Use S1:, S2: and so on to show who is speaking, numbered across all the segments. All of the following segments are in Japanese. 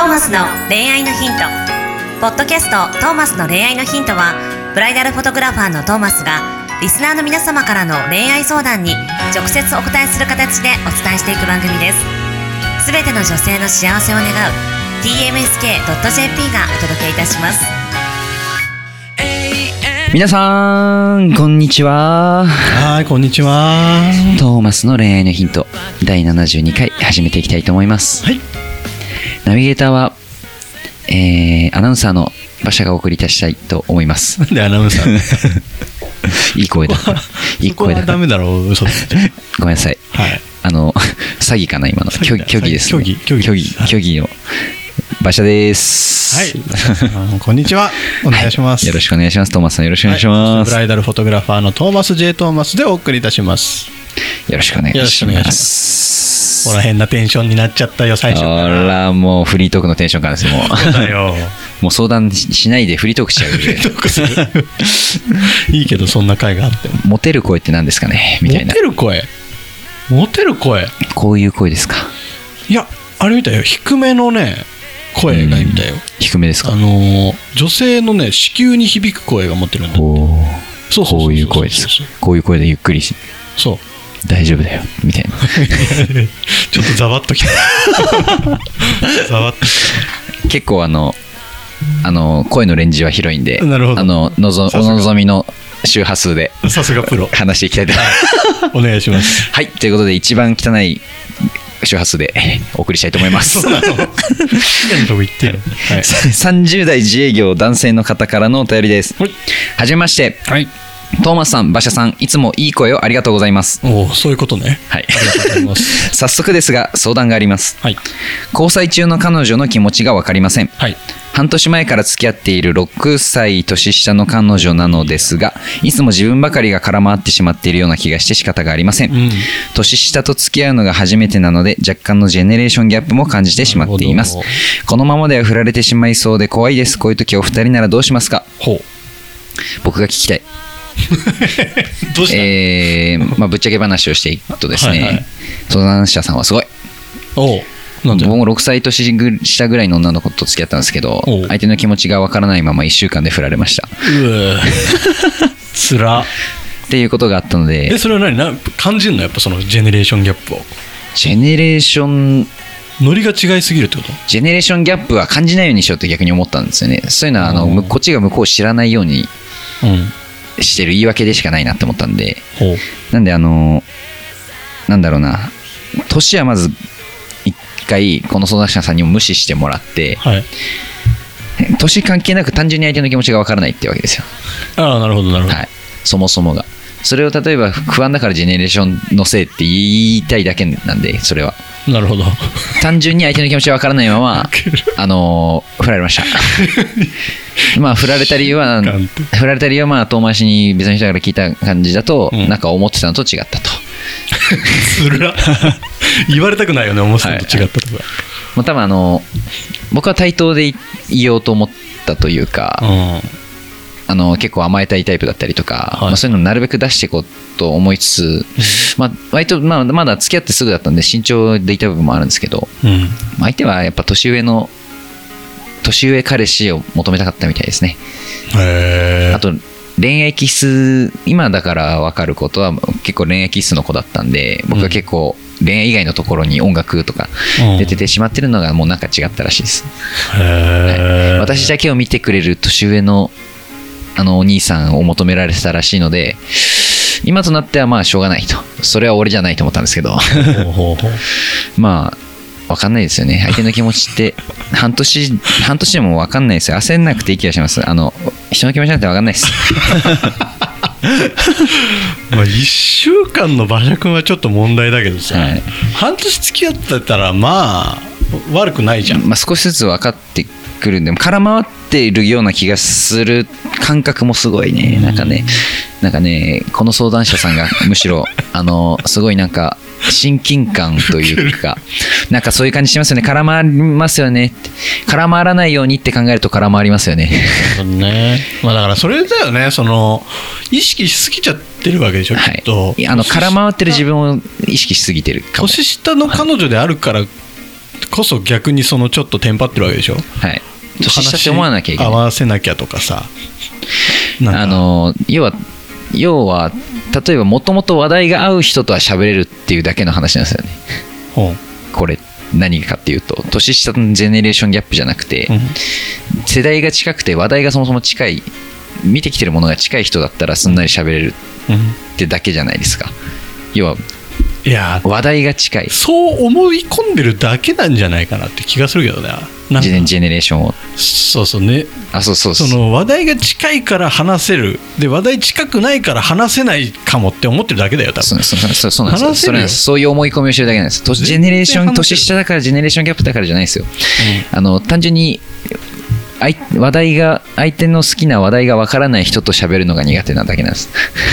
S1: ーマスの恋愛のヒント。ポッドキャストトーマスの恋愛のヒントは、ブライダルフォトグラファーのトーマスがリスナーの皆様からの恋愛相談に直接お答えする形でお伝えしていく番組です。すべての女性の幸せを願う tmsk.jp がお届けいたします。
S2: 皆さんこんにちは。
S3: はい、こんにちは。
S2: トーマスの恋愛のヒント第72回始めていきたいと思います。
S3: はい。
S2: ナビゲーターは、アナウンサーの馬車がお送りいたしたいと思います。
S3: なんでアナウンサー
S2: いい声だいい声だ。
S3: そこはダメだろう、嘘で。
S2: ごめんなさい。
S3: はい。
S2: 詐欺かな今の。虚偽ですね。
S3: 虚偽
S2: の馬車です。
S3: はい。こんにちは。お願いします。
S2: はい、よろしくお願いします。トーマスさんよろしくお願いします。
S3: ブライダルフォトグラファーのトーマス J トーマスでお送りいたします。
S2: よろしくお願いします。
S3: ほら変なテンションになっちゃったよ最初。
S2: ほらもうフリートークのテンションからですもう。
S3: そうだよ。
S2: もう相談しないでフリートークしちゃう。フリートークする。
S3: いいけどそんな回があっても。
S2: モテる声って何ですかねみたいな。
S3: モテる声。
S2: こういう声ですか。い
S3: やあれみたいよ。低めのね声がいいみたいよ。
S2: 低めですか。
S3: 女性のね子宮に響く声が持ってるんだって。そう
S2: こういう声です。こういう声でゆっくりし。
S3: そう。
S2: 大丈夫だよみたいな。
S3: ちょっとざわっときた。ざわっとき
S2: た。結構声のレンジは広いんで、
S3: なるほど。
S2: お望みの周波数で
S3: さすがプロ
S2: 話していきたいと
S3: お願いします。
S2: はい、ということで一番汚い周波数でお送りしたいと思います。
S3: そうなの。
S2: 30代自営業男性の方からのお便りです。はじめまして。
S3: はい。
S2: トーマスさん、馬車さん、いつもいい声をありがとうございます。
S3: おお、そういうことね。
S2: はい。
S3: ありがとうございます。
S2: 早速ですが相談があります。
S3: はい。
S2: 交際中の彼女の気持ちが分かりません。
S3: はい。
S2: 半年前から付き合っている6歳年下の彼女なのですが、いつも自分ばかりが空回ってしまっているような気がして仕方がありません。年下と付き合うのが初めてなので、若干のジェネレーションギャップも感じてしまっています。このままでは振られてしまいそうで怖いです。こういう時お二人ならどうしますか。僕が聞きたい。
S3: どうした
S2: ぶっちゃけ話をしていくとですね、相談者さんはすごい。僕も6歳年下ぐらいの女の子と付き合ったんですけど、相手の気持ちがわからないまま1週間で振られました。
S3: つら
S2: っていうことがあったので。
S3: それは何感じるの。やっぱそのジェネレーションギャップを。
S2: ジェネレーション
S3: ノリが違いすぎるってこと。
S2: ジェネレーションギャップは感じないようにしようって逆に思ったんですよね。そういうのはこっちが向こうを知らないようにしてる言い訳でしかないなって思ったんで、なんでなんだろうな、年はまず一回この相談者さんにも無視してもらって、年関係なく単純に相手の気持ちが分からないってわけですよ。
S3: ああ、なるほどなるほど。
S2: はい、そもそもがそれを例えば不安だからジェネレーションのせいって言いたいだけなんで、それは
S3: なるほど。
S2: 単純に相手の気持ちが分からないまま振られました。まあ振られた理由は遠回しに別の人から聞いた感じだと、なんか思ってたのと違ったと。
S3: つら言われたくないよね、思ってたのと違ったとか。
S2: もう多分僕は対等で言おうと思ったというか、結構甘えたいタイプだったりとか、そういうのをなるべく出していこうと思いつつ、割とまだ付き合ってすぐだったんで慎重でいた部分もあるんですけど、相手はやっぱ年上彼氏を求めたかったみたいですね。あと恋愛気質、今だから分かることは結構恋愛気質の子だったんで、僕は結構恋愛以外のところに音楽とか出ててしまってるのがもうなんか違ったらしいです。私だけを見てくれる年上のお兄さんを求められてたらしいので、今となってはまあしょうがないと、それは俺じゃないと思ったんですけどまあ分かんないですよね、相手の気持ちって半年でも分かんないですよ。焦んなくていい気がします。人の気持ちなんて分かんないです。
S3: 1週間の馬車君はちょっと問題だけどさ、半年付き合ってたらまあ悪くないじゃん。
S2: 少しずつ分かってくるんで、空回っているような気がする感覚もすごいね。なんかね、この相談者さんがむしろすごいなんか親近感というか、なんかそういう感じしますよね。空回りますよね。空回らないようにって考えると空回りますよね。
S3: まあだからそれだよね。意識しすぎちゃってるわけでしょ、きっと。
S2: 空回ってる自分を意識しすぎてるかも。
S3: 年下の彼女であるからこそ逆にそのちょっとテンパってるわけでしょ。
S2: はい。年下って思わなきゃいけない。
S3: 合わせなきゃとかさ、
S2: 要は例えばもともと話題が合う人とは喋れるっていうだけの話なんですよね。これ何かっていうと、年下のジェネレーションギャップじゃなくて、世代が近くて話題がそもそも近い、見てきてるものが近い人だったらすんなり喋れるってだけじゃないですか。要はいや話題が近い、
S3: そう思い込んでるだけなんじゃないかなって気がするけどね。
S2: ジェネレーションを。
S3: そうね。その話題が近いから話せる、で話題近くないから話せないかもって思ってるだけだよ多分。
S2: そうなんですよ。そういう思い込みをしてるだけなんです。ジェネレーション年下だからジェネレーションギャップだからじゃないですよ。単純に相手の好きな話題がわからない人と喋るのが苦手なだけなんです。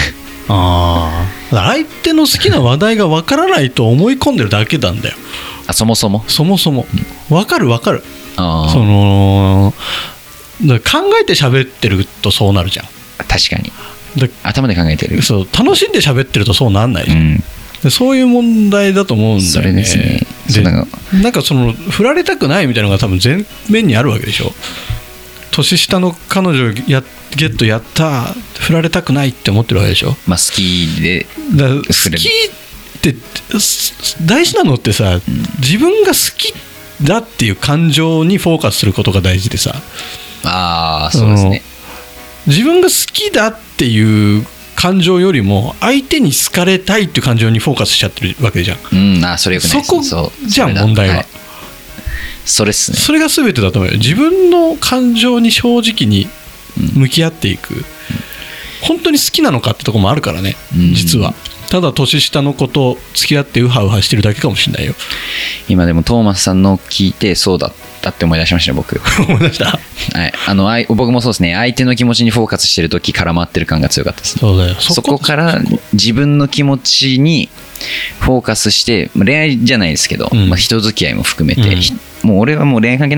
S3: 相手の好きな話題がわからないと思い込んでるだけなんだよ。
S2: そもそも
S3: わかる。その考えて喋ってるとそうなるじゃん。
S2: 確かに頭で考えてる。
S3: そう、楽しんで喋ってるとそうなんないじゃん、でそういう問題だと思うんだよね。それですね。なんかその振られたくないみたいなのが多分前面にあるわけでしょ。年下の彼女ゲットやった振られたくないって思ってるわけでしょ。
S2: 好きで
S3: 好きって大事なのってさ、自分が好きだっていう感情にフォーカスすることが大事でさ。
S2: そうですね。
S3: 自分が好きだっていう感情よりも相手に好かれたいっていう感情にフォーカスしちゃってるわけじゃん。
S2: それよくないですね。
S3: そこじゃん問題は。
S2: それっすね。
S3: それが全てだと思うよ。自分の感情に正直に向き合っていく、本当に好きなのかってとこもあるからね、実は。ただ年下の子と付き合ってウハウハしてるだけかもしれないよ。
S2: 今でもトーマスさんの聞いてそうだったって思い出しましたね、僕。
S3: 思い出した。
S2: はい、僕もそうですね。相手の気持ちにフォーカスしてるとき絡まってる感が強かったですね。
S3: そうだよ。
S2: そこから自分の気持ちにフォーカスして、恋愛じゃないですけど、人付き合いも含めて、もう俺はもう恋愛関係